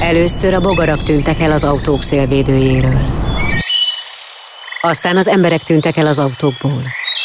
Először a bogarak tűntek el az autók szélvédőjéről. Aztán az emberek tűntek el az autókból.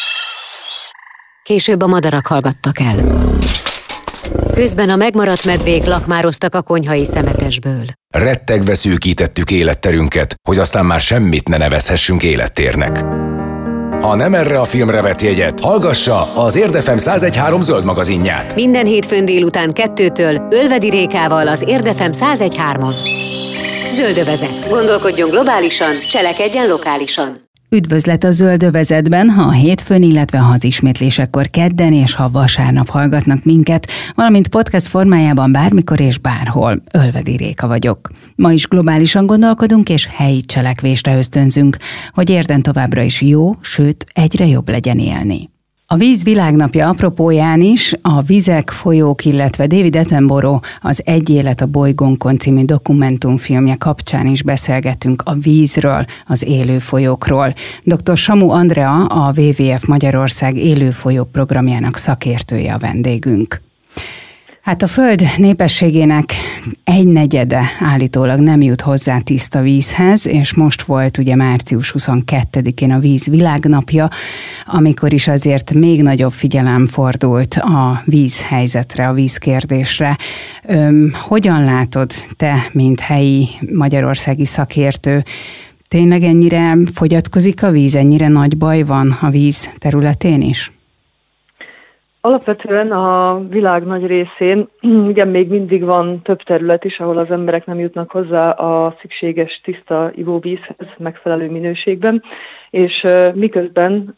Később a madarak hallgattak el. Közben a megmaradt medvék lakmároztak a konyhai szemetesből. Rettegve szűkítettük életterünket, hogy aztán már semmit ne nevezhessünk élettérnek. Ha nem erre a filmre vett jegyet, hallgassa az Érdefem 101.3 zöld magazinját. Minden hétfőn délután 2-től Ölvedi Rékával az Érdefem 101.3-on. Zöldövezet. Gondolkodjon globálisan, cselekedjen lokálisan. Üdvözlet a Zöldövezetben, ha a hétfőn, illetve ha az ismétlésekor kedden és ha vasárnap hallgatnak minket, valamint podcast formájában bármikor és bárhol. Ölvedi Réka vagyok. Ma is globálisan gondolkodunk és helyi cselekvésre ösztönzünk, hogy érden továbbra is jó, sőt egyre jobb legyen élni. A Víz világnapja apropóján is a Vizek, folyók, illetve David Attenborough az Egy élet a bolygónkon című dokumentumfilmje kapcsán is beszélgetünk a vízről, az élő folyókról. Dr. Samu Andrea, a WWF Magyarország élő folyók programjának szakértője a vendégünk. Hát a Föld népességének 1/4 állítólag nem jut hozzá tiszta vízhez, és most volt ugye március 22-én a Víz világnapja, amikor is azért még nagyobb figyelem fordult a vízhelyzetre, a vízkérdésre. Hogyan látod te, mint helyi magyarországi szakértő, tényleg ennyire fogyatkozik a víz, ennyire nagy baj van a víz területén is? Alapvetően a világ nagy részén ugye még mindig van több terület is, ahol az emberek nem jutnak hozzá a szükséges tiszta ivóvízhez megfelelő minőségben, és miközben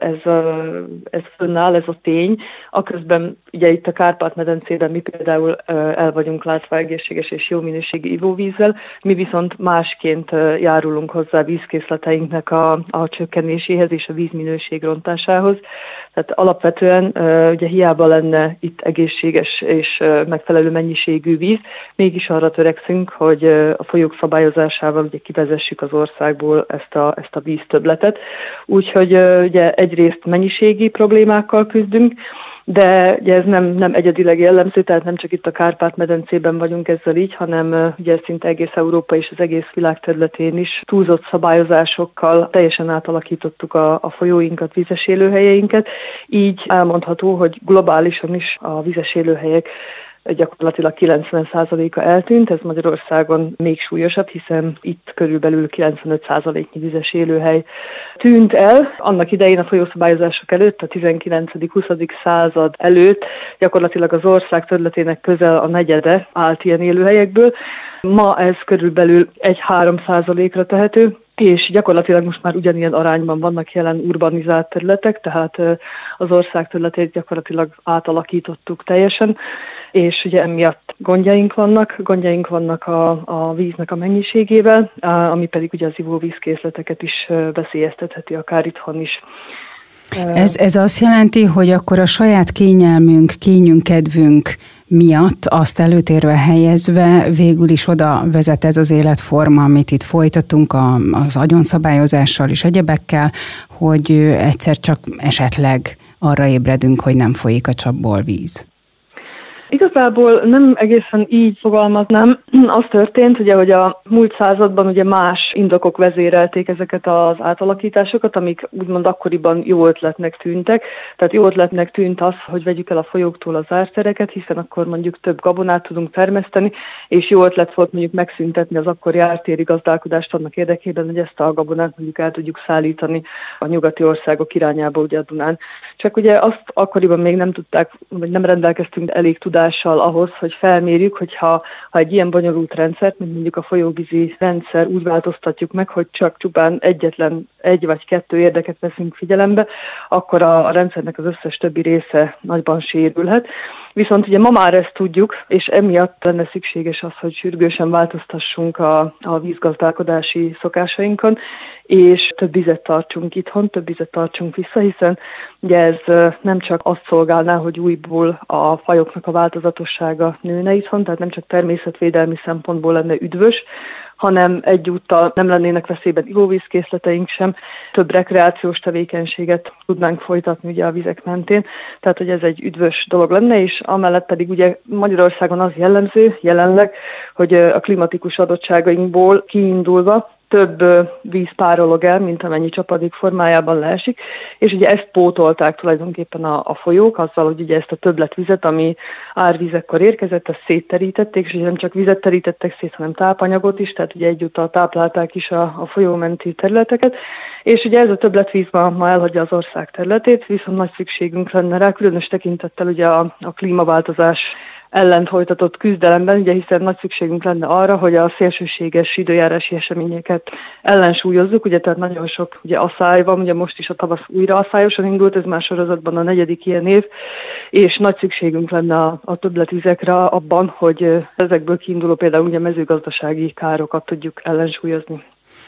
ez fönnáll, ez a tény, aközben ugye itt a Kárpát-medencében mi például el vagyunk látva egészséges és jó minőségű ivóvízzel, mi viszont másként járulunk hozzá a vízkészleteinknek a csökkenéséhez és a vízminőség rontásához. Tehát alapvetően ugye hiába lenne itt egészséges és megfelelő mennyiségű víz, mégis arra törekszünk, hogy a folyók szabályozásával ugye kivezessük az országból ezt a víztöbbletet. Úgyhogy ugye egyrészt mennyiségi problémákkal küzdünk, de ugye ez nem egyedileg jellemző, tehát nem csak itt a Kárpát-medencében vagyunk ezzel így, hanem ugye szinte egész Európa és az egész világ területén is túlzott szabályozásokkal teljesen átalakítottuk a folyóinkat, vízes élőhelyeinket. Így elmondható, hogy globálisan is a vízes élőhelyek gyakorlatilag 90%-a eltűnt, ez Magyarországon még súlyosabb, hiszen itt körülbelül 95%-nyi vizes élőhely tűnt el. Annak idején a folyószabályozások előtt, a 19.-20. század előtt gyakorlatilag az ország területének közel a negyede állt ilyen élőhelyekből. Ma ez körülbelül 1-3%-ra tehető, és gyakorlatilag most már ugyanilyen arányban vannak jelen urbanizált területek, tehát az ország területét gyakorlatilag átalakítottuk teljesen, és ugye emiatt gondjaink vannak a víznek a mennyiségével, ami pedig ugye az ivóvízkészleteket is veszélyeztetheti, akár itthon is. Ez azt jelenti, hogy akkor a saját kényelmünk, kényünkedvünk miatt azt előtérbe helyezve végül is oda vezet ez az életforma, amit itt folytatunk az agyonszabályozással és egyebekkel, hogy egyszer csak esetleg arra ébredünk, hogy nem folyik a csapból víz. Igazából nem egészen így fogalmaznám. Az történt, ugye, hogy a múlt században ugye más indokok vezérelték ezeket az átalakításokat, amik úgymond akkoriban jó ötletnek tűntek. Tehát jó ötletnek tűnt az, hogy vegyük el a folyóktól az ártereket, hiszen akkor mondjuk több gabonát tudunk termeszteni, és jó ötlet volt mondjuk megszüntetni az akkori ártéri gazdálkodást annak érdekében, hogy ezt a gabonát mondjuk el tudjuk szállítani a nyugati országok irányába, ugye a Dunán. Csak ugye azt akkoriban még nem tudták, vagy nem rendelkeztünk elég tudással ahhoz, hogy felmérjük, hogyha egy ilyen bonyolult rendszert, mint mondjuk a folyóvízi rendszer úgy változtatjuk meg, hogy csak csupán egyetlen egy vagy kettő érdeket veszünk figyelembe, akkor a rendszernek az összes többi része nagyban sérülhet. Viszont ugye ma már ezt tudjuk, és emiatt lenne szükséges az, hogy sürgősen változtassunk a vízgazdálkodási szokásainkon, és több vizet tartsunk itthon, több vizet tartsunk vissza, hiszen ugye ez nem csak azt szolgálná, hogy újból a fajoknak a változatossága nőne itthon, tehát nem csak természetvédelmi szempontból lenne üdvös, hanem egyúttal nem lennének veszélyben ivóvízkészleteink sem, több rekreációs tevékenységet tudnánk folytatni ugye a vizek mentén, tehát hogy ez egy üdvös dolog lenne, és amellett pedig ugye Magyarországon az jellemző jelenleg, hogy a klimatikus adottságainkból kiindulva több víz párolog el, mint amennyi csapadék formájában leesik, és ugye ezt pótolták tulajdonképpen a folyók, azzal, hogy ugye ezt a többletvizet, ami árvízekkor érkezett, ezt szétterítették, és ugye nem csak vizet terítettek szét, hanem tápanyagot is, tehát ugye egyúttal táplálták is a folyómenti területeket, és ugye ez a többletvíz ma elhagyja az ország területét, viszont nagy szükségünk lenne rá, különös tekintettel ugye a klímaváltozás ellen folytatott küzdelemben, ugye hiszen nagy szükségünk lenne arra, hogy a szélsőséges időjárási eseményeket ellensúlyozzuk, ugye tehát nagyon sok ugye asszály van, ugye most is a tavasz újra asszályosan indult, ez már sorozatban a 4. ilyen év, és nagy szükségünk lenne a többletvizekre abban, hogy ezekből kiinduló például ugye mezőgazdasági károkat tudjuk ellensúlyozni.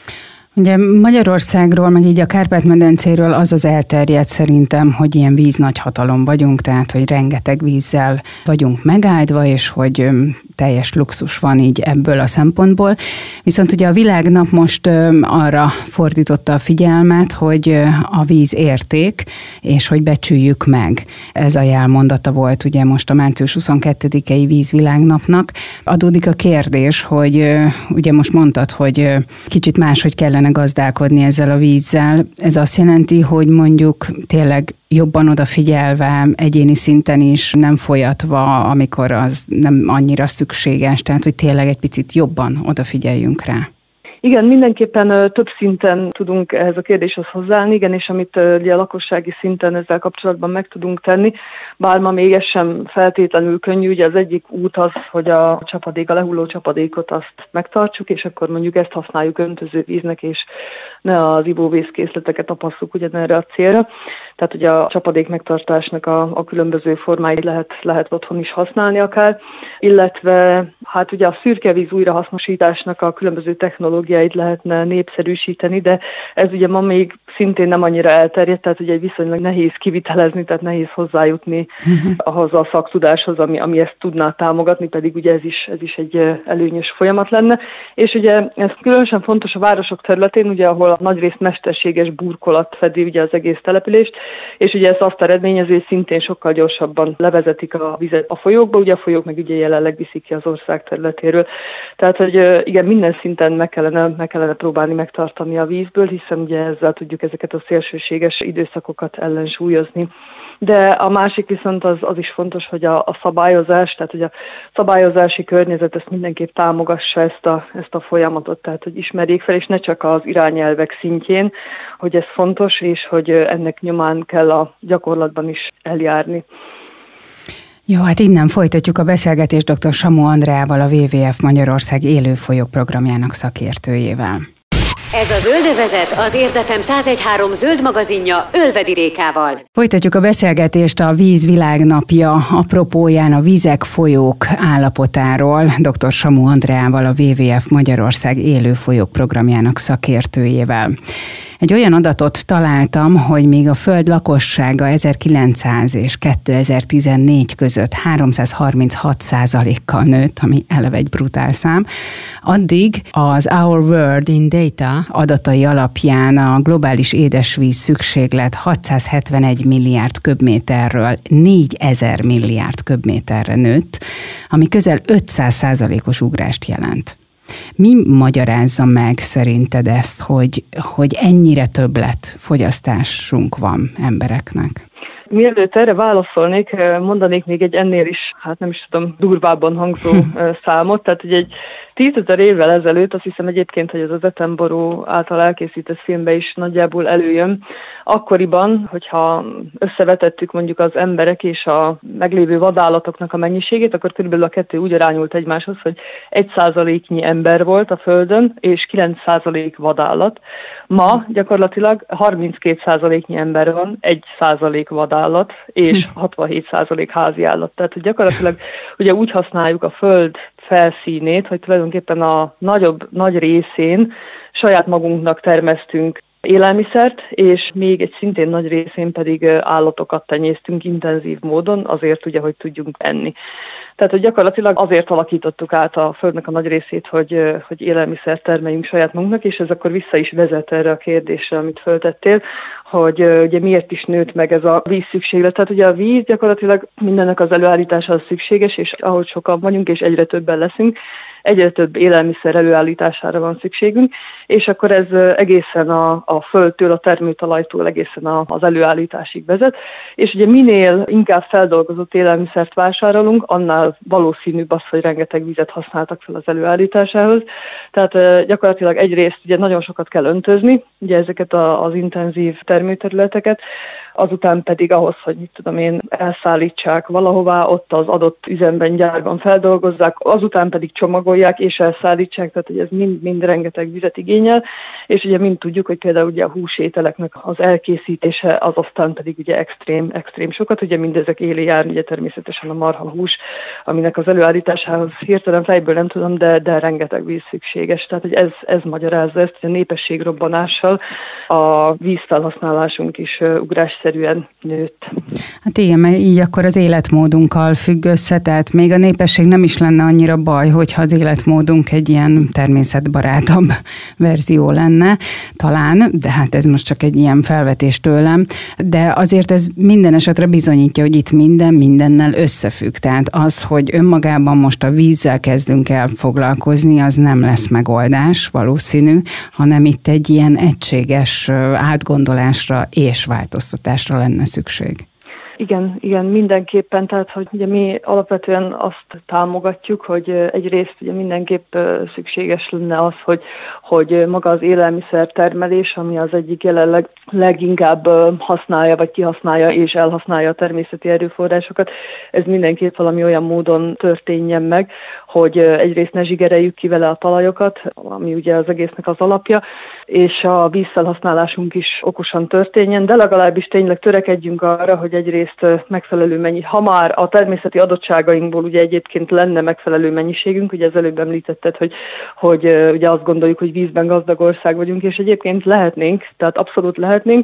Ugye Magyarországról, meg így a Kárpát-medencéről az elterjedt szerintem, hogy ilyen víznagyhatalom vagyunk, tehát hogy rengeteg vízzel vagyunk megáldva, és hogy teljes luxus van így ebből a szempontból. Viszont ugye a Világnap most arra fordította a figyelmet, hogy a víz érték, és hogy becsüljük meg. Ez a jelmondata volt ugye most a március 22-i vízvilágnapnak. Adódik a kérdés, hogy ugye most mondtad, hogy kicsit máshogy kellene gazdálkodni ezzel a vízzel. Ez azt jelenti, hogy mondjuk tényleg jobban odafigyelve, egyéni szinten is, nem folyatva, amikor az nem annyira szükséges, tehát hogy tényleg egy picit jobban odafigyeljünk rá. Igen, mindenképpen több szinten tudunk ehhez a kérdéshez hozzáállni, igen, és amit ugye a lakossági szinten ezzel kapcsolatban meg tudunk tenni, bár ma még ez sem feltétlenül könnyű, ugye az egyik út az, hogy a lehulló csapadékot azt megtartsuk, és akkor mondjuk ezt használjuk öntözővíznek, és ne az ivóvízkészleteket apasszuk ugyanerre a célra. Tehát ugye a csapadék megtartásnak a különböző formáit lehet otthon is használni akár, illetve hát ugye a szürkevíz újrahasznosításnak a különböző technológiáit lehetne népszerűsíteni, de ez ugye ma még szintén nem annyira elterjedt, tehát ugye viszonylag nehéz kivitelezni, tehát nehéz hozzájutni ahhoz a szaktudáshoz, ami ezt tudná támogatni, pedig ugye ez is egy előnyös folyamat lenne. És ugye ez különösen fontos a városok területén, ugye ahol nagyrészt mesterséges burkolat fedi ugye az egész települést, és ugye ez azt eredményező, hogy szintén sokkal gyorsabban levezetik a vizet a folyókba, ugye a folyók meg ugye jelenleg viszik ki az ország területéről. Tehát, hogy igen, minden szinten meg kellene próbálni megtartani a vízből, hiszen ugye ezzel tudjuk ezeket a szélsőséges időszakokat ellensúlyozni. De a másik viszont az is fontos, hogy a szabályozás, tehát hogy a szabályozási környezet ezt mindenképp támogassa ezt a folyamatot, tehát hogy ismerjék fel, és ne csak az irányelvek szintjén, hogy ez fontos, és hogy ennek nyomán kell a gyakorlatban is eljárni. Jó, hát innen folytatjuk a beszélgetést dr. Samu Andreával, a WWF Magyarország élő folyók programjának szakértőjével. Ez a Zöldövezet, az Érdefem 101.3 zöld magazinja Ölvedi Rékával. Folytatjuk a beszélgetést a Víz világnapja apropóján a vizek, folyók állapotáról dr. Samu Andreával, a WWF Magyarország élő folyók programjának szakértőjével. Egy olyan adatot találtam, hogy még a Föld lakossága 1900 és 2014 között 336%-kal nőtt, ami eleve egy brutál szám. Addig az Our World in Data adatai alapján a globális édesvíz szükséglet 671 milliárd köbméterről 4000 milliárd köbméterre nőtt, ami közel 500%-os ugrást jelent. Mi magyarázza meg szerinted ezt, hogy ennyire többletfogyasztásunk van embereknek? Mielőtt erre válaszolnék, mondanék még egy ennél is, hát nem is tudom, durvábban hangzó számot, tehát hogy egy 10 000 évvel ezelőtt, azt hiszem egyébként, hogy ez az Attenborough által elkészített filmben is nagyjából előjön, akkoriban, hogyha összevetettük mondjuk az emberek és a meglévő vadállatoknak a mennyiségét, akkor körülbelül a kettő úgy arányult egymáshoz, hogy 1%-nyi ember volt a Földön, és 9% vadállat. Ma gyakorlatilag 32%-nyi ember van, 1% vadállat, és 67% háziállat. Tehát, hogy gyakorlatilag ugye úgy használjuk a Föld felszínét, hogy tulajdonképpen a nagy részén saját magunknak termesztünk élelmiszert, és még egy szintén nagy részén pedig állatokat tenyésztünk intenzív módon, azért ugye, hogy tudjunk enni. Tehát, hogy gyakorlatilag azért alakítottuk át a földnek a nagy részét, hogy élelmiszert termeljünk saját magunknak, és ez akkor vissza is vezet erre a kérdésre, amit föltettél, hogy ugye miért is nőtt meg ez a vízszükséglet. Tehát ugye a víz gyakorlatilag mindennek az előállításához szükséges, és ahogy sokan vagyunk, és egyre többen leszünk, egyre több élelmiszer előállítására van szükségünk, és akkor ez egészen a földtől, a termőtalajtól egészen az előállításig vezet, és ugye minél inkább feldolgozott élelmiszert vásárolunk, annál valószínűbb az, hogy rengeteg vizet használtak fel az előállításához. Tehát gyakorlatilag egyrészt ugye nagyon sokat kell öntözni, ugye ezeket az intenzív termőterületeket, azután pedig ahhoz, hogy elszállítsák valahová, ott az adott üzemben, gyárban feldolgozzák, azután pedig csomagolják és elszállítsák, tehát hogy ez mind rengeteg vizet igényel, és ugye mind tudjuk, hogy például ugye a húsételeknek az elkészítése az aztán pedig ugye extrém sokat, ugye mindezek élé jár, ugye természetesen a marhahús, aminek az előállításához hirtelen fejből nem tudom, de rengeteg víz szükséges, tehát hogy ez magyarázza ezt, hogy a népességrobbanással a vízfelhasználásunk is ugrásszerűen nőtt. Hát igen, mert így akkor az életmódunkkal függ össze, tehát még a népesség nem is lenne annyira baj, hogyha az életmódunk egy ilyen természetbarátabb verzió lenne, talán, de hát ez most csak egy ilyen felvetés tőlem, de azért ez minden esetre bizonyítja, hogy itt mindennel összefügg, tehát az, hogy önmagában most a vízzel kezdünk el foglalkozni, az nem lesz megoldás, valószínű, hanem itt egy ilyen egységes átgondolásra és változtatásra lenne szükség. Igen, mindenképpen, tehát hogy ugye mi alapvetően azt támogatjuk, hogy egyrészt ugye mindenképp szükséges lenne az, hogy maga az élelmiszer termelés, ami az egyik jelenleg leginkább használja, vagy kihasználja és elhasználja a természeti erőforrásokat, ez mindenképp valami olyan módon történjen meg, hogy egyrészt ne zsigereljük ki vele a talajokat, ami ugye az egésznek az alapja, és a vízfelhasználásunk is okosan történjen, de legalábbis tényleg törekedjünk arra, hogy egyrészt megfelelő mennyiség, ha már a természeti adottságainkból ugye egyébként lenne megfelelő mennyiségünk, ugye az előbb említetted, hogy ugye azt gondoljuk, hogy vízben gazdag ország vagyunk, és egyébként lehetnénk, tehát abszolút lehetnénk,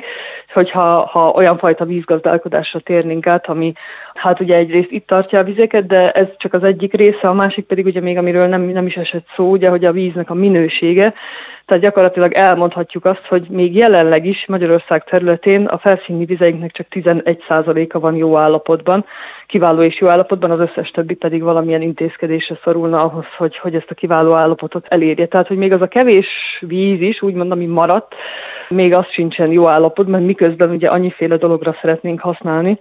hogyha olyan fajta vízgazdálkodásra térnénk át, ami hát ugye egyrészt itt tartja a vizeket, de ez csak az egyik része, a másik pedig ugye még amiről nem is esett szó, ugye, hogy a víznek a minősége. Tehát gyakorlatilag elmondhatjuk azt, hogy még jelenleg is Magyarország területén a felszíni vizeinknek csak 11%-a van jó állapotban, kiváló és jó állapotban, az összes többi pedig valamilyen intézkedésre szorulna ahhoz, hogy ezt a kiváló állapotot elérje. Tehát, hogy még az a kevés víz is, úgymond, ami maradt, még az sincsen jó állapotban, miközben ugye annyiféle dologra szeretnénk használni,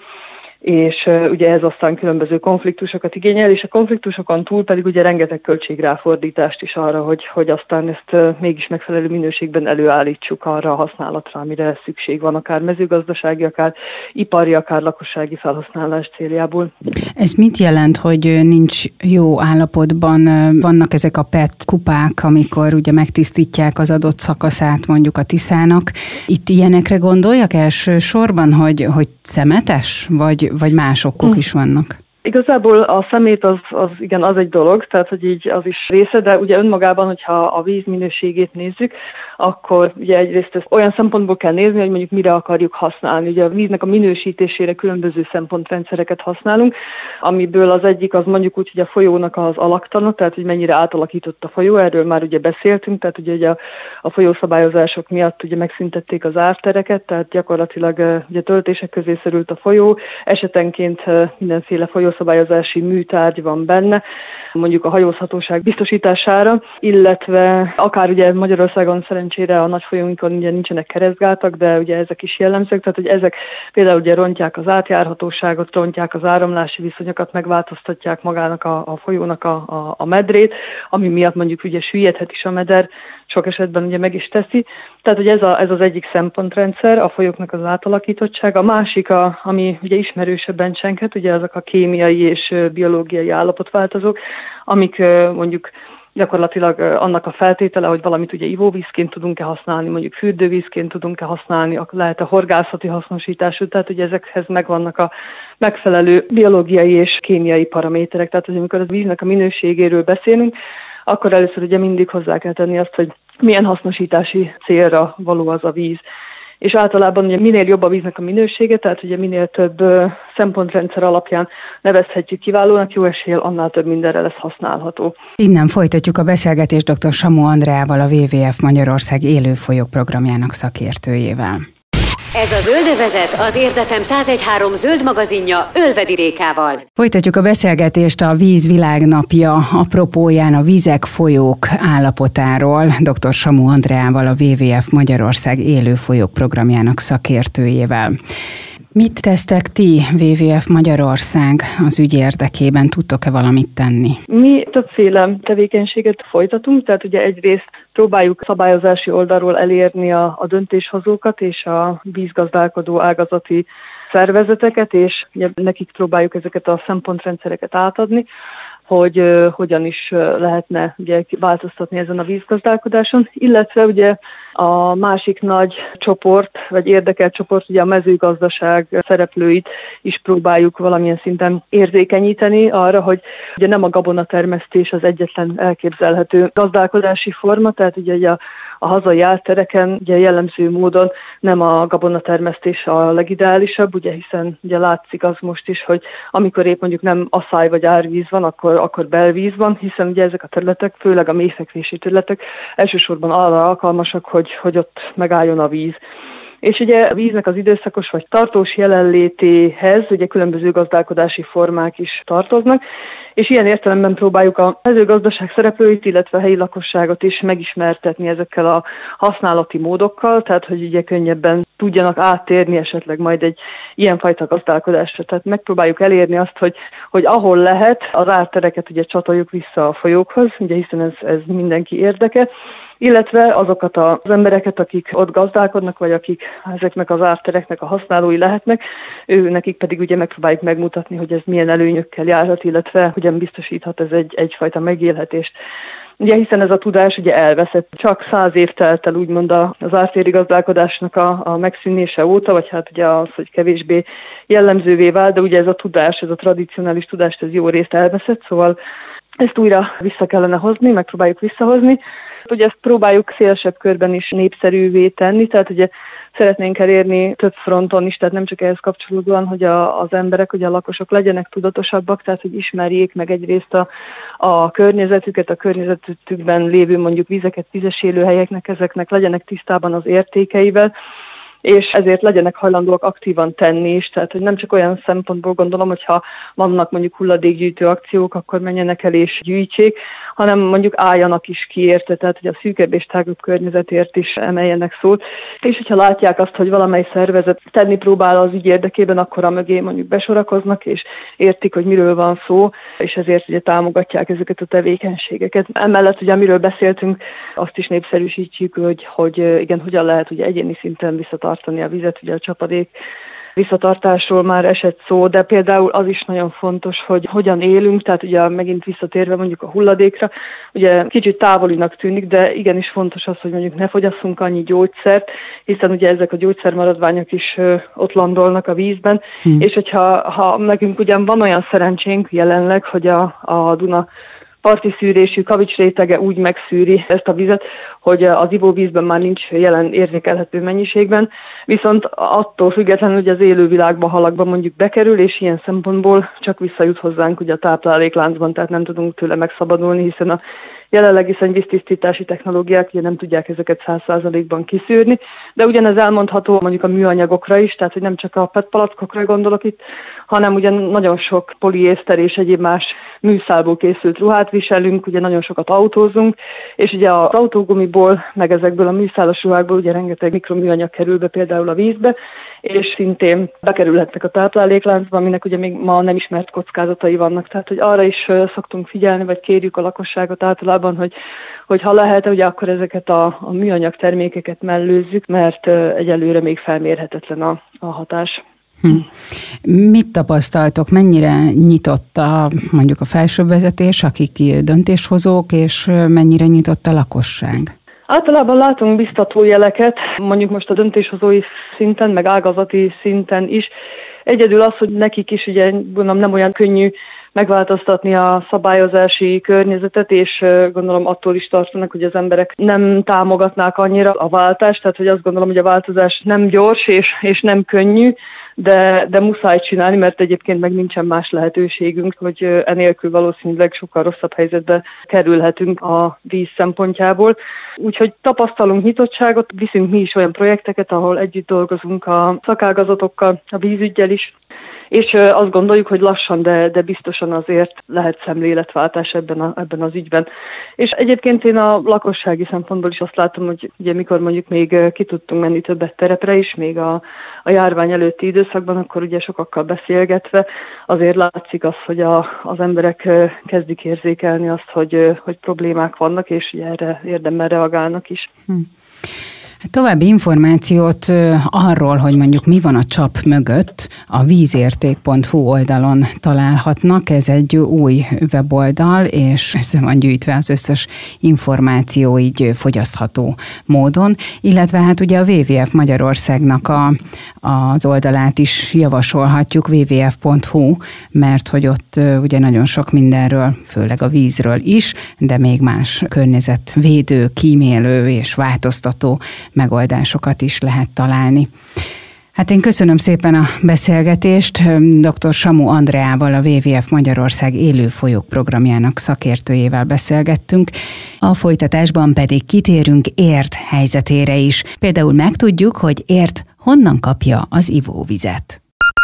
és ugye ez aztán különböző konfliktusokat igényel, és a konfliktusokon túl pedig ugye rengeteg költségráfordítást is arra, hogy aztán ezt mégis megfelelő minőségben előállítsuk arra a használatra, amire szükség van, akár mezőgazdasági, akár ipari, akár lakossági felhasználás céljából. Ez mit jelent, hogy nincs jó állapotban? Vannak ezek a PET kupák, amikor ugye megtisztítják az adott szakaszát mondjuk a Tiszának. Itt ilyenekre gondoljak elsősorban, hogy szemetes, vagy más okok is vannak? Igazából a szemét az egy dolog, tehát hogy így az is része, de ugye önmagában, hogyha a víz minőségét nézzük, akkor ugye egyrészt ezt olyan szempontból kell nézni, hogy mondjuk mire akarjuk használni. Ugye a víznek a minősítésére különböző szempontrendszereket használunk, amiből az egyik az mondjuk úgy, hogy a folyónak az alaktana, tehát hogy mennyire átalakított a folyó, erről már ugye beszéltünk, tehát ugye a folyószabályozások miatt ugye megszüntették az ártereket, tehát gyakorlatilag ugye töltések közé szorult a folyó, esetenként mindenféle folyószabályozási műtárgy van benne, mondjuk a hajózhatóság biztosítására, illetve akár ugye Magyarországon szerencsére a nagy folyóinkon ugye nincsenek keresztgátak, de ugye ezek is jellemzők, tehát hogy ezek például ugye rontják az átjárhatóságot, rontják az áramlási viszonyokat, megváltoztatják magának a folyónak a medrét, ami miatt mondjuk ugye süllyedhet is a meder, sok esetben ugye meg is teszi. Tehát, hogy ez az egyik szempontrendszer, a folyóknak az átalakítottsága. A másik, ami ugye ismerősebben csenghet, ugye azok a kémiai és biológiai állapotváltozók, amik mondjuk gyakorlatilag annak a feltétele, hogy valamit ugye ivóvízként tudunk-e használni, mondjuk fürdővízként tudunk-e használni, lehet a horgászati hasznosítású, tehát ugye ezekhez megvannak a megfelelő biológiai és kémiai paraméterek. Tehát, hogy amikor a víznek a minőségéről beszélünk, akkor először ugye mindig hozzá kell tenni azt, hogy milyen hasznosítási célra való az a víz. És általában ugye minél jobb a víznek a minősége, tehát ugye minél több szempontrendszer alapján nevezhetjük kiválónak, jó eséllyel annál több mindenre lesz használható. Innen folytatjuk a beszélgetést dr. Sammó Andreával, a WWF Magyarország élő folyók programjának szakértőjével. Ez a Zöldövezet, az Érdefem 101.3 zöld magazinja Ölvedi Rékával. Folytatjuk a beszélgetést a Víz Világnapja apropóján a vizek, folyók állapotáról dr. Sammó Andreával, a WWF Magyarország élő folyók programjának szakértőjével. Mit tesztek ti, WWF Magyarország, az ügy érdekében? Tudtok-e valamit tenni? Mi többféle tevékenységet folytatunk, tehát ugye egyrészt próbáljuk szabályozási oldalról elérni a döntéshozókat és a vízgazdálkodó ágazati szervezeteket, és ugye nekik próbáljuk ezeket a szempontrendszereket átadni, hogy hogyan is lehetne ugye változtatni ezen a vízgazdálkodáson, illetve ugye a másik nagy csoport, vagy érdekelt csoport, ugye a mezőgazdaság szereplőit is próbáljuk valamilyen szinten érzékenyíteni arra, hogy ugye nem a gabonatermesztés az egyetlen elképzelhető gazdálkodási forma, tehát ugye a hazai áttereken ugye jellemző módon nem a gabonatermesztés a legideálisabb, ugye hiszen ugye látszik az most is, hogy amikor épp mondjuk nem asszály vagy árvíz van, akkor belvíz van, hiszen ugye ezek a területek, főleg a mélyfekvési területek elsősorban arra alkalmasak, hogy ott megálljon a víz. És ugye a víznek az időszakos vagy tartós jelenlétéhez ugye különböző gazdálkodási formák is tartoznak, és ilyen értelemben próbáljuk a mezőgazdaság szereplőit, illetve a helyi lakosságot is megismertetni ezekkel a használati módokkal, tehát hogy ugye könnyebben tudjanak áttérni esetleg majd egy ilyenfajta gazdálkodásra. Tehát megpróbáljuk elérni azt, hogy ahol lehet, az ártereket ugye csatoljuk vissza a folyókhoz, ugye hiszen ez mindenki érdeke, illetve azokat az embereket, akik ott gazdálkodnak, vagy akik ezeknek az ártereknek a használói lehetnek, nekik pedig ugye megpróbáljuk megmutatni, hogy ez milyen előnyökkel járhat, illetve hogyan biztosíthat ez egyfajta megélhetést. Ugye hiszen ez a tudás ugye elveszett. Csak 100 év telt el úgymond az ártéri gazdálkodásnak a megszűnése óta, vagy hát ugye az, hogy kevésbé jellemzővé vált, de ugye ez a tudás, ez a tradicionális tudást, ez jó részt elveszett, szóval ezt újra vissza kellene hozni, megpróbáljuk visszahozni. Ugye ezt próbáljuk szélesebb körben is népszerűvé tenni, tehát ugye szeretnénk elérni több fronton is, tehát nem csak ehhez kapcsolódóan, hogy az emberek, hogy a lakosok legyenek tudatosabbak, tehát hogy ismerjék meg egyrészt a környezetüket, a környezetükben lévő mondjuk vizeket, vizes élőhelyeknek, ezeknek legyenek tisztában az értékeivel, és ezért legyenek hajlandóak aktívan tenni is, tehát hogy nem csak olyan szempontból gondolom, hogyha vannak mondjuk hulladékgyűjtő akciók, akkor menjenek el és gyűjtsék, hanem mondjuk álljanak is ki érte, tehát hogy a szűkebb és tágabb környezetért is emeljenek szót. És hogyha látják azt, hogy valamely szervezet tenni próbál az ügy érdekében, akkor a mögé mondjuk besorakoznak, és értik, hogy miről van szó, és ezért ugye támogatják ezeket a tevékenységeket. Emellett ugye amiről beszéltünk, azt is népszerűsítjük, hogy igen, hogyan lehet ugye egyéni szinten visszatartani a vizet, ugye a csapadék visszatartásról már esett szó, de például az is nagyon fontos, hogy hogyan élünk, tehát ugye megint visszatérve mondjuk a hulladékra, ugye kicsit távolinak tűnik, de igenis fontos az, hogy mondjuk ne fogyasszunk annyi gyógyszert, hiszen ugye ezek a gyógyszermaradványok is ott landolnak a vízben, és hogyha nekünk ugyan van olyan szerencsénk jelenleg, hogy a Duna parti szűrésű kavicsrétege úgy megszűri ezt a vizet, hogy az ivóvízben már nincs jelen érzékelhető mennyiségben, viszont attól függetlenül, hogy az élővilágban, halakban mondjuk bekerül, és ilyen szempontból csak visszajut hozzánk ugye a táplálékláncban, tehát nem tudunk tőle megszabadulni, hiszen a jelenlegi szennyvíztisztítási technológiák ugye nem tudják ezeket 100%-ban kiszűrni, de ugyanez elmondható mondjuk a műanyagokra is, tehát hogy nem csak a PET palackokra gondolok itt, hanem ugye nagyon sok poliészter és egyéb más műszálból készült ruhát viselünk, ugye nagyon sokat autózunk, és ugye az autógumiból, meg ezekből a műszálas ruhákból ugye rengeteg mikroműanyag kerül be például a vízbe, és szintén bekerülhetnek a táplálékláncba, aminek ugye még ma nem ismert kockázatai vannak. Tehát, hogy arra is szoktunk figyelni, vagy kérjük a lakosságot általában, hogy ha lehet, ugye akkor ezeket a műanyag termékeket mellőzzük, mert egyelőre még felmérhetetlen a hatás. Mit tapasztaltok, mennyire nyitott mondjuk a felsőbb vezetés, akik döntéshozók, és mennyire nyitott a lakosság? Általában látunk biztató jeleket, mondjuk most a döntéshozói szinten, meg ágazati szinten is. Egyedül az, hogy nekik is ugye nem olyan könnyű megváltoztatni a szabályozási környezetet, és gondolom attól is tartanak, hogy az emberek nem támogatnák annyira a váltást, tehát hogy azt gondolom, hogy a változás nem gyors és nem könnyű, de muszáj csinálni, mert egyébként meg nincsen más lehetőségünk, hogy enélkül valószínűleg sokkal rosszabb helyzetbe kerülhetünk a víz szempontjából. Úgyhogy tapasztalunk nyitottságot, viszünk mi is olyan projekteket, ahol együtt dolgozunk a szakágazatokkal, a vízüggyel is, és azt gondoljuk, hogy lassan, de biztosan azért lehet szemléletváltás ebben az ügyben. És egyébként én a lakossági szempontból is azt látom, hogy ugye mikor mondjuk még ki tudtunk menni többet terepre is, még a járvány előtti időszakban, akkor ugye sokakkal beszélgetve azért látszik az, hogy az emberek kezdik érzékelni azt, hogy problémák vannak, és ugye erre érdemben reagálnak is. További információt arról, hogy mondjuk mi van a csap mögött, a vízérték.hu oldalon találhatnak. Ez egy új weboldal, és össze van gyűjtve az összes információ így fogyasztható módon, illetve hát ugye a WWF Magyarországnak az oldalát is javasolhatjuk, wwf.hu, mert hogy ott ugye nagyon sok mindenről, főleg a vízről is, de még más környezetvédő, kímélő és változtató megoldásokat is lehet találni. Hát én köszönöm szépen a beszélgetést. Dr. Samu Andreával, a WWF Magyarország élő folyók programjának szakértőjével beszélgettünk. A folytatásban pedig kitérünk Érd helyzetére is. Például megtudjuk, hogy Érd honnan kapja az ivóvizet.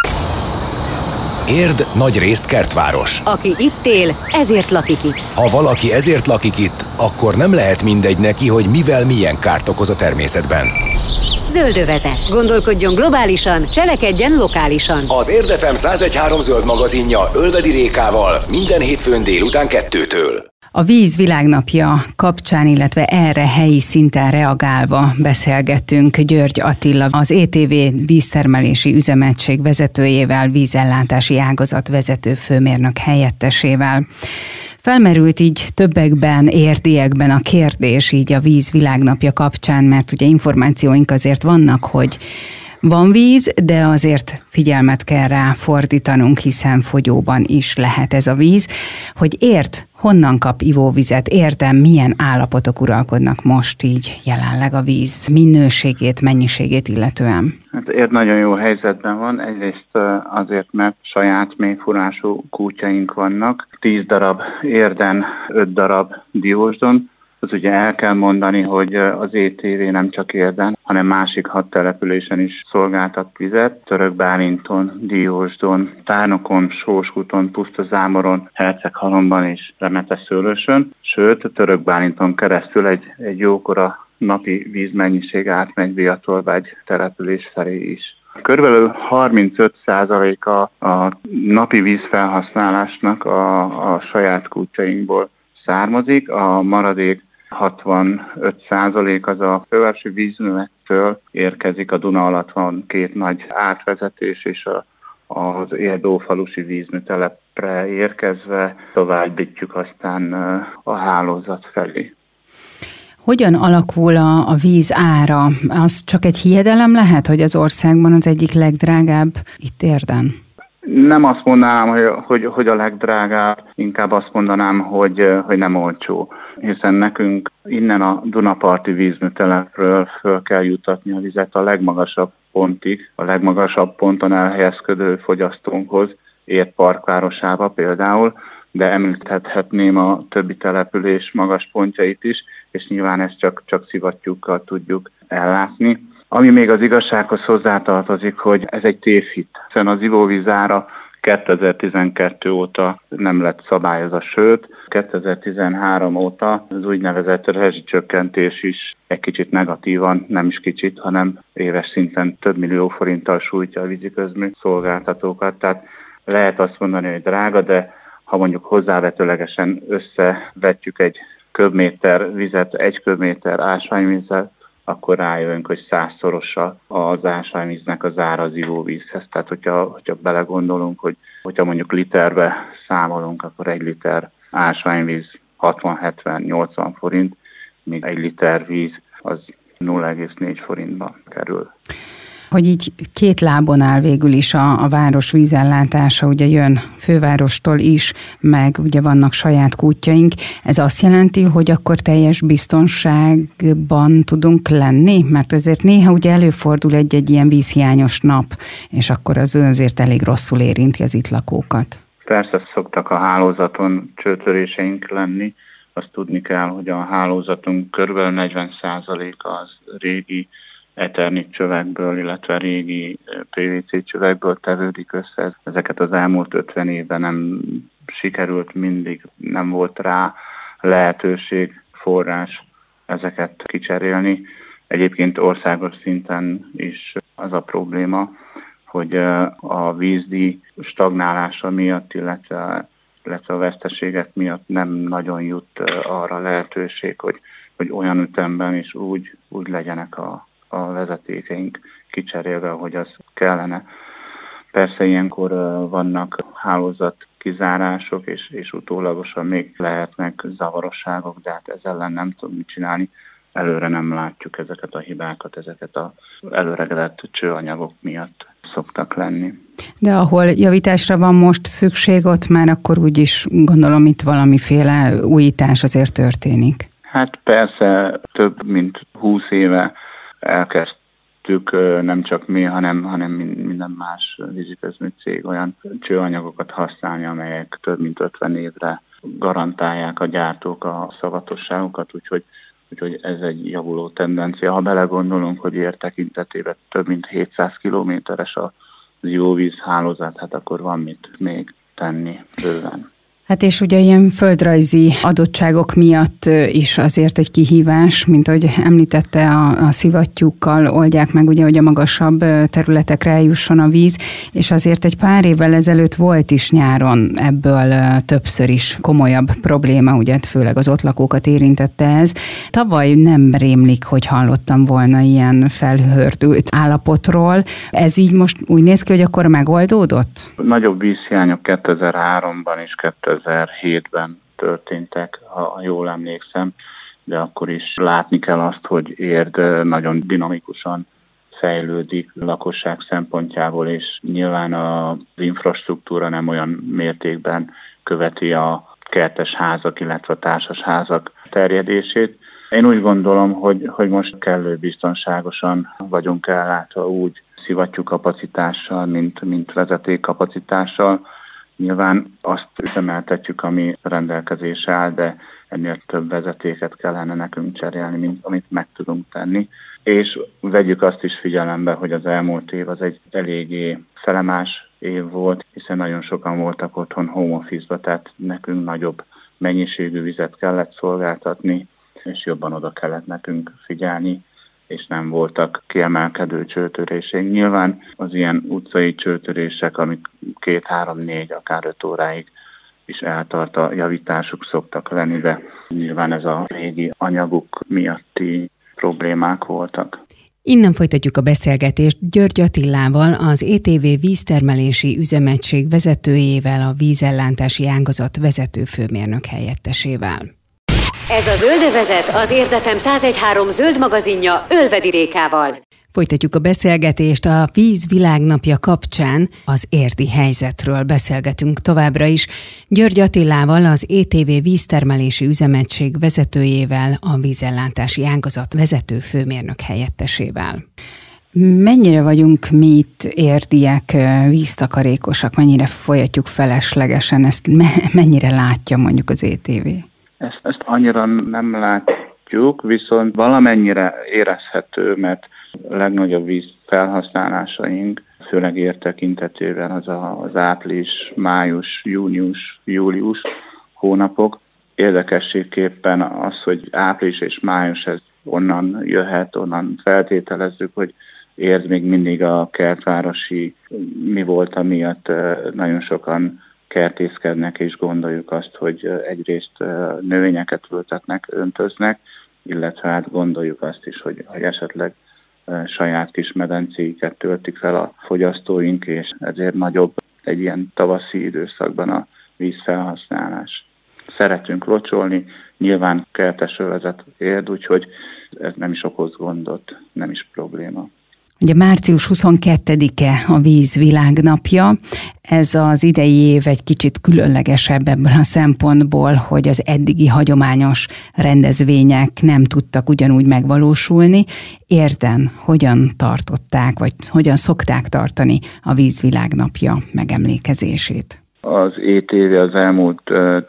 Érd nagyrészt kertváros. Aki itt él, ezért lakik itt. Ha valaki ezért lakik itt, akkor nem lehet mindegy neki, hogy mivel milyen kárt okoz a természetben. Zöldövezet. Gondolkodjon globálisan, cselekedjen lokálisan. Az Érd FM 101.3 zöld magazinja Ölvedi Rékával minden hétfőn délután 2-től. A Víz Világnapja kapcsán, illetve erre helyi szinten reagálva beszélgettünk György Attila, az ETV víztermelési üzemegység vezetőjével, vízellátási ágazat vezető főmérnök helyettesével. Felmerült így többekben, érdiekben a kérdés így a Víz Világnapja kapcsán, mert ugye információink azért vannak, hogy van víz, de azért figyelmet kell rá fordítanunk, hiszen fogyóban is lehet ez a víz, hogy Érd honnan kap ivóvizet, Érden milyen állapotok uralkodnak most így jelenleg a víz minőségét, mennyiségét illetően? Hát Érd nagyon jó helyzetben van, egyrészt azért, mert saját mélyforrású kútjaink vannak, 10 darab Érden, 5 darab Diósdon. Az ugye el kell mondani, hogy az ETV nem csak Érden, hanem másik 6 településen is szolgáltat vizet. Törökbálinton, Diósdon, Tárnokon, Sóskúton, Pusztazámoron, Herceghalomban és Remeteszőlősön. Sőt, Törökbálinton keresztül egy jókora napi vízmennyiség átmegy Biatolvágy település felé is. Körülbelül 35%-a a napi vízfelhasználásnak a saját kútjainkból származik, a maradék 65% az a fővárosi vízművektől érkezik, a Duna alatt van 2 nagy átvezetés, és az Érdófalusi vízműtelepre érkezve továbbítjuk aztán a hálózat felé. Hogyan alakul a víz ára? Az csak egy hiedelem lehet, hogy az országban az egyik legdrágább itt Érden? Nem azt mondanám, hogy a legdrágább, inkább azt mondanám, hogy nem olcsó. Hiszen nekünk innen a Dunaparti vízműtelepről föl kell juttatni a vizet a legmagasabb pontig, a legmagasabb ponton elhelyezkedő fogyasztónkhoz, Érd parkvárosába például, de említhetném a többi település magas pontjait is, és nyilván ezt csak szivattyúkkal tudjuk ellátni. Ami még az igazsághoz hozzátartozik, hogy ez egy tévhit, hiszen az ivóvíz ára 2012 óta nem lett szabályozva, sőt 2013 óta az úgynevezett rezsicsökkentés is egy kicsit negatívan, nem is kicsit, hanem éves szinten több millió forinttal sújtja a víziközmű szolgáltatókat. Tehát lehet azt mondani, hogy drága, de ha mondjuk hozzávetőlegesen összevetjük egy köbméter vizet, 1 köbméter ásványvízzel, akkor rájövünk, hogy 100-szorosa az ásványvíznek az ára az ivóvízhez. Tehát, hogyha belegondolunk, hogyha mondjuk literbe számolunk, akkor 1 liter ásványvíz 60-70-80 forint, míg 1 liter víz az 0,4 forintba kerül. hogy így két lábon áll végül is a város vízellátása, ugye jön fővárostól is, meg ugye vannak saját kútjaink. Ez azt jelenti, hogy akkor teljes biztonságban tudunk lenni? Mert azért néha ugye előfordul egy ilyen vízhiányos nap, és akkor az azért elég rosszul érinti az itt lakókat. Persze szoktak a hálózaton csőtöréseink lenni. Azt tudni kell, hogy a hálózatunk kb. 40%-a az régi eternit csövekből, illetve régi PVC csövekből tevődik össze. Ezeket az elmúlt 50 évben nem sikerült, mindig nem volt rá lehetőség, forrás ezeket kicserélni. Egyébként országos szinten is az a probléma, hogy a vízdíj stagnálása miatt, illetve a veszteségek miatt nem nagyon jut arra lehetőség, hogy olyan ütemben is úgy legyenek a vezetékeink kicserélve, hogy az kellene. Persze ilyenkor vannak hálózat kizárások, és utólagosan még lehetnek zavarosságok, de hát ezzel ellen nem tudunk mit csinálni. Előre nem látjuk ezeket a hibákat, ezeket az előregedett csőanyagok miatt szoktak lenni. De ahol javításra van most szükség, ott már akkor úgyis gondolom itt valamiféle újítás azért történik. Hát persze több mint 20 éve elkezdtük, nem csak mi, hanem minden más víziközmű cég olyan csőanyagokat használni, amelyek több mint 50 évre garantálják a gyártók a szavatosságukat, úgyhogy ez egy javuló tendencia. Ha belegondolunk, hogy ér tekintetében több mint 700 kilométeres az ivóvízhálózat, hát akkor van mit még tenni bőven. Hát és ugye ilyen földrajzi adottságok miatt is azért egy kihívás, mint ahogy említette, a szivattyúkkal oldják meg, ugye, hogy a magasabb területekre eljusson a víz, és azért egy pár évvel ezelőtt volt is nyáron ebből többször is komolyabb probléma, ugye főleg az ott lakókat érintette ez. Tavaly nem rémlik, hogy hallottam volna ilyen felhördült állapotról. Ez így most úgy néz ki, hogy akkor megoldódott? Nagyobb vízhiányok 2003-ban és 2007-ben történtek, ha jól emlékszem, de akkor is látni kell azt, hogy Érd nagyon dinamikusan fejlődik lakosság szempontjából, és nyilván az infrastruktúra nem olyan mértékben követi a kertes házak, illetve a társas házak terjedését. Én úgy gondolom, hogy most kellő biztonságosan vagyunk ellátva úgy szivattyú kapacitással, mint vezetékkapacitással. Nyilván azt üzemeltetjük, ami rendelkezésre áll, de ennél több vezetéket kellene nekünk cserélni, mint amit meg tudunk tenni. És vegyük azt is figyelembe, hogy az elmúlt év az egy eléggé felemás év volt, hiszen nagyon sokan voltak otthon home office-ba, tehát nekünk nagyobb mennyiségű vizet kellett szolgáltatni, és jobban oda kellett nekünk figyelni, és nem voltak kiemelkedő csőtöréseink. Nyilván az ilyen utcai csőtörések, amik 2-3-4, akár 5 óráig is eltart a javításuk szoktak lenni, de nyilván ez a régi anyaguk miatti problémák voltak. Innen folytatjuk a beszélgetést György Attilával, az ETV víztermelési üzemegység vezetőjével, a vízellátási ágazat vezető főmérnök helyettesével. Ez a Zöldövezet, az Érd FM 101.3 zöld magazinja Ölvedi Rékával. Folytatjuk a beszélgetést a Víz Világnapja kapcsán, az érdi helyzetről beszélgetünk továbbra is. György Attilával, az ETV víztermelési üzemegység vezetőjével, a vízellátási ágazat vezető főmérnök helyettesével. Mennyire vagyunk mi itt érdiek víztakarékosak, mennyire folyatjuk feleslegesen, ezt mennyire látja mondjuk az ETV? Ezt annyira nem látjuk, viszont valamennyire érezhető, mert a legnagyobb víz felhasználásaink, főleg Érd tekintetében az április, május, június, július hónapok. Érdekességképpen az, hogy április és május ez onnan jöhet, onnan feltételezzük, hogy Érd még mindig a kertvárosi mi volt, amiatt nagyon sokan kertészkednek, és gondoljuk azt, hogy egyrészt növényeket ültetnek, öntöznek, illetve hát gondoljuk azt is, hogy esetleg saját kis medencéiket töltik fel a fogyasztóink, és ezért nagyobb egy ilyen tavaszi időszakban a vízfelhasználás. Szeretünk locsolni, nyilván kertes övezet Érd, úgyhogy ez nem is okoz gondot, nem is probléma. Ugye március 22-e a Víz Világnapja. Ez az idei év egy kicsit különlegesebb ebből a szempontból, hogy az eddigi hagyományos rendezvények nem tudtak ugyanúgy megvalósulni. Érden hogyan tartották, vagy hogyan szokták tartani a Víz Világnapja megemlékezését? Az ETV az elmúlt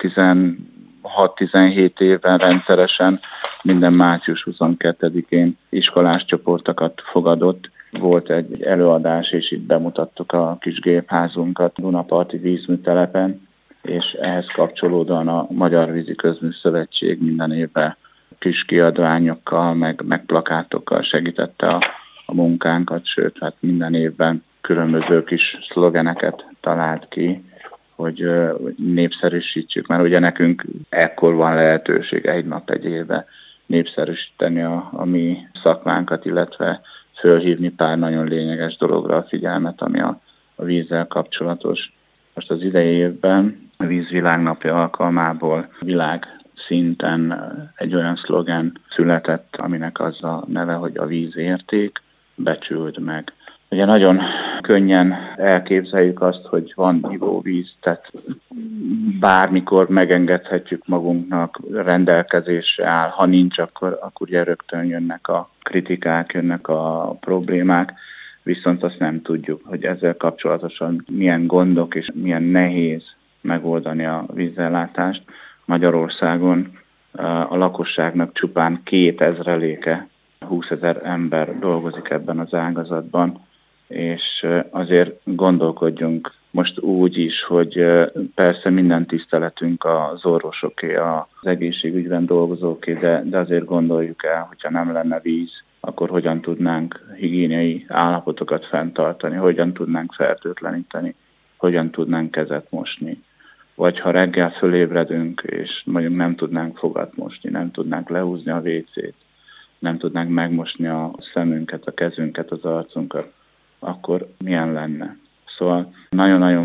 16-17 évben rendszeresen minden március 22-én iskolás csoportokat fogadott. Volt egy előadás, és itt bemutattuk a kis gépházunkat Dunaparti vízműtelepen, és ehhez kapcsolódóan a Magyar Vízi Közműszövetség minden évben kis kiadványokkal, meg plakátokkal segítette a munkánkat, sőt, hát minden évben különböző kis szlogeneket talált ki, hogy népszerűsítsük, mert ugye nekünk ekkor van lehetőség egy nap egy évben népszerűsíteni a mi szakmánkat, illetve fölhívni pár nagyon lényeges dologra a figyelmet, ami a vízzel kapcsolatos. Most az idei évben a Víz Világnapja alkalmából világ szinten egy olyan szlogen született, aminek az a neve, hogy a víz érték, becsüld meg. Ugye nagyon könnyen elképzeljük azt, hogy van ivóvíz, tehát bármikor megengedhetjük magunknak, rendelkezésre áll, ha nincs, akkor ugye rögtön jönnek a kritikák, jönnek a problémák, viszont azt nem tudjuk, hogy ezzel kapcsolatosan milyen gondok és milyen nehéz megoldani a vízellátást. Magyarországon a lakosságnak csupán 2000-e, 20 000 ember dolgozik ebben az ágazatban, és azért gondolkodjunk most úgy is, hogy persze minden tiszteletünk az orvosoké, az egészségügyben dolgozóké, de azért gondoljuk el, hogyha nem lenne víz, akkor hogyan tudnánk higiéniai állapotokat fenntartani, hogyan tudnánk fertőtleníteni, hogyan tudnánk kezet mosni. Vagy ha reggel fölébredünk, és mondjuk nem tudnánk fogat mosni, nem tudnánk lehúzni a WC-t, nem tudnánk megmosni a szemünket, a kezünket, az arcunkat, akkor milyen lenne? Szóval nagyon-nagyon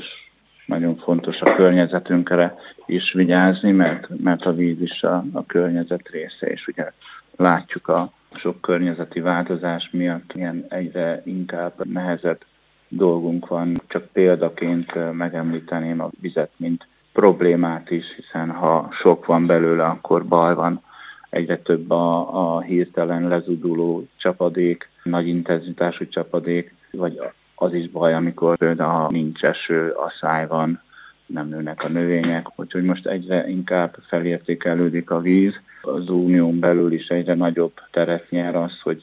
fontos a környezetünkre is vigyázni, mert a víz is a környezet része, és ugye látjuk a sok környezeti változás miatt ilyen egyre inkább nehezebb dolgunk van. Csak példaként megemlíteném a vizet, mint problémát is, hiszen ha sok van belőle, akkor baj van. Egyre több a hirtelen lezuduló csapadék, nagy intenzitású csapadék, vagy az is baj, amikor például nincs eső, asszály van, nem nőnek a növények, úgyhogy most egyre inkább felértékelődik a víz. Az unión belül is egyre nagyobb teret nyer az, hogy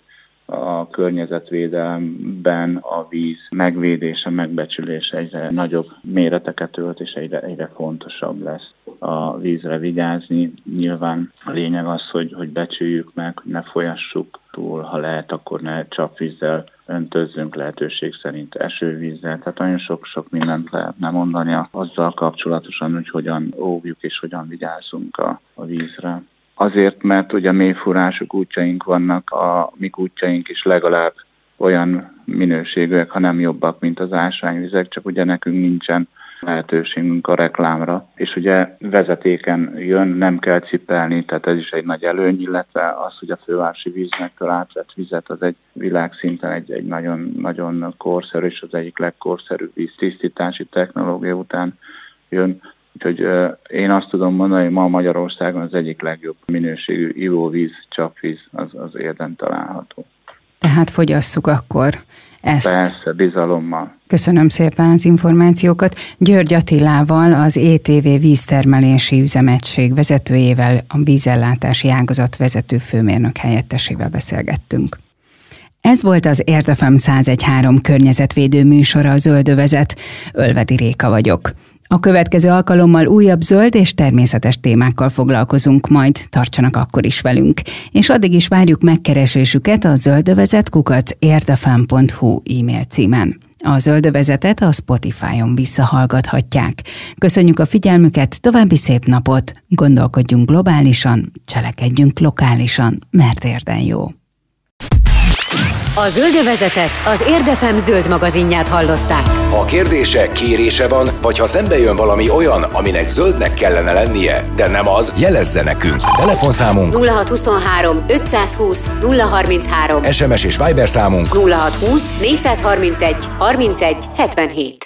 a környezetvédelemben a víz megvédése, megbecsülése egyre nagyobb méreteket ölt, és egyre fontosabb lesz a vízre vigyázni. Nyilván a lényeg az, hogy becsüljük meg, hogy ne folyassuk túl, ha lehet, akkor ne csapvízzel öntözzünk, lehetőség szerint esővízzel. Tehát nagyon sok mindent lehetne mondani azzal kapcsolatosan, hogy hogyan óvjuk és hogyan vigyázzunk a vízre. Azért, mert ugye mélyforrású kútjaink vannak, a mi kútjaink is legalább olyan minőségűek, ha nem jobbak, mint az ásványvizek, csak ugye nekünk nincsen lehetőségünk a reklámra. És ugye vezetéken jön, nem kell cipelni, tehát ez is egy nagy előny, illetve az, hogy a fővárosi vízmektől átvett vizet, az egy világszinten egy nagyon, nagyon korszerű, és az egyik legkorszerűbb víztisztítási technológia után jön. Úgyhogy én azt tudom mondani, hogy ma Magyarországon az egyik legjobb minőségű ivóvíz, csapvíz az Érden található. Tehát fogyasszuk akkor ezt. Persze, bizalommal. Köszönöm szépen az információkat. György Attilával, az ETV víztermelési üzemegység vezetőjével, a vízellátási ágazat vezető főmérnök helyettesével beszélgettünk. Ez volt az ErdFM 101.3 környezetvédő műsora, a Zöldövezet. Ölvedi Réka vagyok. A következő alkalommal újabb zöld és természetes témákkal foglalkozunk majd, tartsanak akkor is velünk. És addig is várjuk megkeresésüket a zöldövezet@erdfm.hu e-mail címen. A Zöldövezetet a Spotify-on visszahallgathatják. Köszönjük a figyelmüket, további szép napot, gondolkodjunk globálisan, cselekedjünk lokálisan, mert Érden jó. A Zöldövezetet az Érdefem zöld magazinját hallották. Ha kérdése, kérése van, vagy ha szembe jön valami olyan, aminek zöldnek kellene lennie, de nem az, jelezze nekünk. Telefonszámunk 0623 520 033, SMS és Viber számunk 0620 431 31 77.